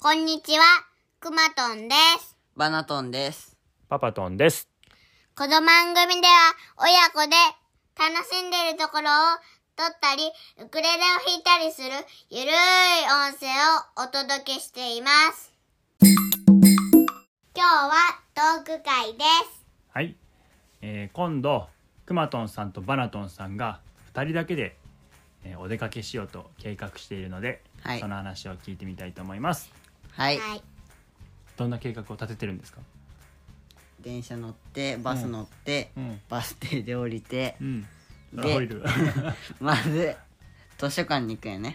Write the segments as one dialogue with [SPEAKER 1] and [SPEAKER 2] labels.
[SPEAKER 1] こんにちは、くまとんです。
[SPEAKER 2] バナトンです。
[SPEAKER 3] パパトンです。
[SPEAKER 1] この番組では親子で楽しんでいるところを撮ったり、ウクレレを弾いたりするゆるい音声をお届けしています。今日はトーク会です。
[SPEAKER 3] はい、今度くまとんさんとバナトンさんが2人だけで、お出かけしようと計画しているので、
[SPEAKER 2] はい、
[SPEAKER 3] その話を聞いてみたいと思います。
[SPEAKER 2] はい、
[SPEAKER 3] どんな計画を立ててるんですか？
[SPEAKER 2] 電車乗ってバス乗って、バス停で降りて、
[SPEAKER 3] で降りる
[SPEAKER 2] まず図書館に行くよね。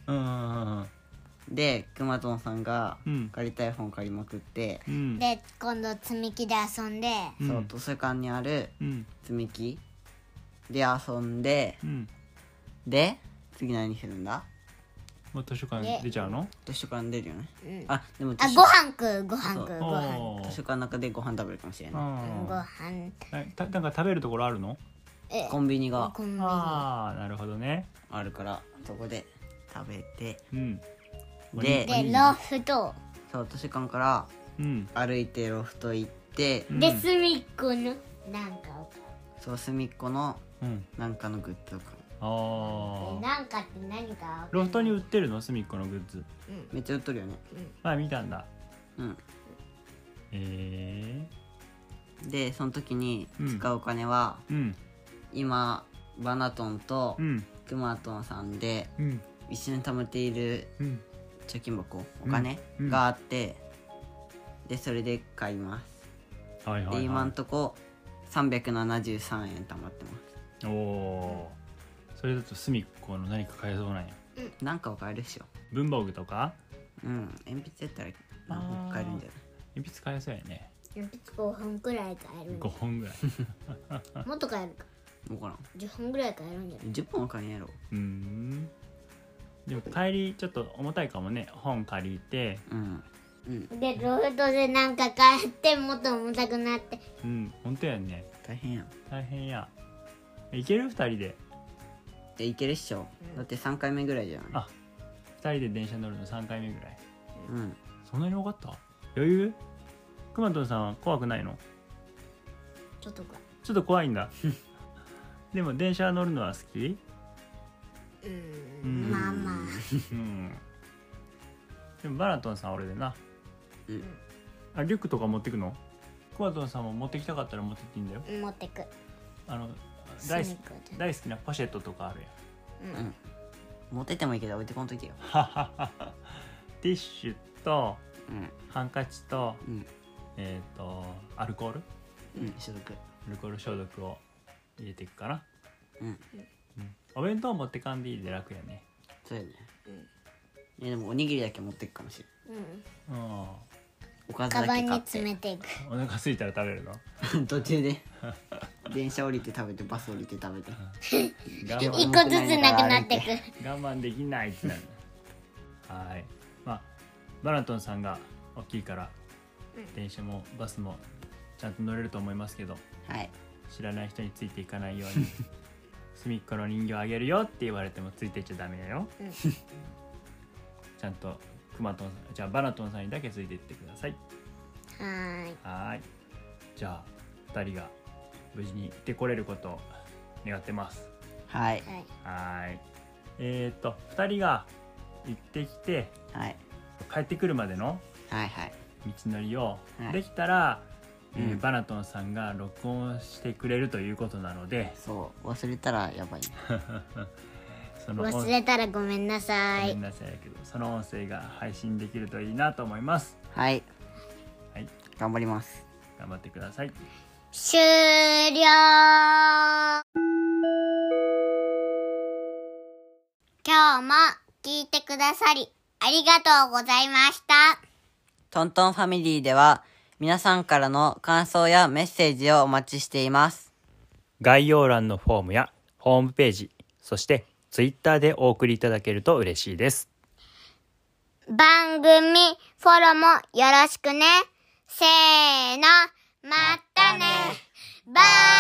[SPEAKER 2] でくまとんさんが借りたい本借りまくって、
[SPEAKER 1] で今度積み木で遊んで、
[SPEAKER 2] そう図書館にある積み木で遊んで、で次何するんだ？
[SPEAKER 3] もう図書館出ちゃうの？
[SPEAKER 2] 図書館出るよね。でも
[SPEAKER 1] ご飯食う。
[SPEAKER 2] 図書館の中でご飯食べるかもしれない。
[SPEAKER 1] ご飯
[SPEAKER 3] なんか食べるところあるの？
[SPEAKER 2] コンビニが
[SPEAKER 3] なるほどね。
[SPEAKER 2] あるからそこで食べて、
[SPEAKER 1] でロフト、
[SPEAKER 2] そう図書館から歩いてロフト行って、
[SPEAKER 1] で隅っこのなんかを買う。
[SPEAKER 2] そう隅っこのなんかのグッズを買う。
[SPEAKER 1] なんかって何か
[SPEAKER 3] ロフトに売ってるの？隅っこのグッズ、
[SPEAKER 2] めっちゃ売っとるよね。
[SPEAKER 3] 見たんだ。
[SPEAKER 2] でその時に使うお金は、今バナトンとくまとんさんで一緒に貯めている貯金箱、お金があって、でそれで買います。で今んとこ373円貯まってます。
[SPEAKER 3] それだと隅っこの何か買えそうなんや。
[SPEAKER 2] なんかを買えるっしょ。
[SPEAKER 3] 文房具とか？
[SPEAKER 2] 鉛筆やったら買えるんじゃない？
[SPEAKER 3] 鉛筆買えそうやね。
[SPEAKER 1] 鉛筆5本くらい買える。
[SPEAKER 3] 5本ぐらい
[SPEAKER 1] もっと買えるか。
[SPEAKER 2] 分からん。
[SPEAKER 1] 10本ぐらい買えるんじゃない？
[SPEAKER 2] 10本は買えんやろ。
[SPEAKER 3] でも帰りちょっと重たいかもね。本借りて、
[SPEAKER 1] でロフトでなんか買ってもっと重たくなって。
[SPEAKER 3] 本当やね。
[SPEAKER 2] 大変や。
[SPEAKER 3] 大変や。いける？2人で。
[SPEAKER 2] でいけるっしょ。だって3回目ぐらいじゃない？
[SPEAKER 3] 2人で電車乗るの3回目ぐらい。そんなに多かった？余裕？くまとんさんは怖くないの？
[SPEAKER 1] ちょっと
[SPEAKER 3] 怖いんだ。でも電車乗るのは好き？
[SPEAKER 1] まあまあ。
[SPEAKER 3] でもバナトンさん俺でな。リュックとか持ってくの？くまとんさんも持ってきたかったら持ってっていいんだよ。
[SPEAKER 1] 持ってく。
[SPEAKER 3] 大好きなポシェットとかあるやん。
[SPEAKER 2] 持ってってもいいけど置いてこんといてよ。
[SPEAKER 3] ティッシュとハンカチとアルコール
[SPEAKER 2] 消毒。
[SPEAKER 3] アルコール消毒を入れていくかな。お弁当持ってかんでいいで楽やね。
[SPEAKER 2] そうやね。でもおにぎりだけ持っていくかもしれない。おかずだけ買って。カバンに
[SPEAKER 1] 詰めていく。
[SPEAKER 3] お腹空いたら食べるの？
[SPEAKER 2] 途中で電車降りて食べて、バス降りて食べて
[SPEAKER 1] 一個ずつなくなってく。
[SPEAKER 3] 我慢できないってなる。バナトンさんが大きいから電車もバスもちゃんと乗れると思いますけど、知らない人についていかないように隅っこの人形あげるよって言われてもついていっちゃダメだよ。ちゃんとバナトンさんにだけついていってください。じゃあ2人が無事に行ってこれることを願ってます。2人が行ってきて、帰ってくるまでの道のりをできたら、バナトンさんが録音してくれるということなので、
[SPEAKER 2] そう忘れたらやばい
[SPEAKER 1] 忘れたらごめんなさい。
[SPEAKER 3] ごめんなさいやけど、その音声が配信できるといいなと思います。
[SPEAKER 2] 頑張ります。
[SPEAKER 3] 頑張ってください。
[SPEAKER 1] 終了。今日も聞いてくださりありがとうございました。
[SPEAKER 2] トントンファミリーでは皆さんからの感想やメッセージをお待ちしています。
[SPEAKER 3] 概要欄のフォームやホームページ、そしてツイッターでお送りいただけると嬉しいです。
[SPEAKER 1] 番組フォローもよろしくね。せーの、またね。バイ。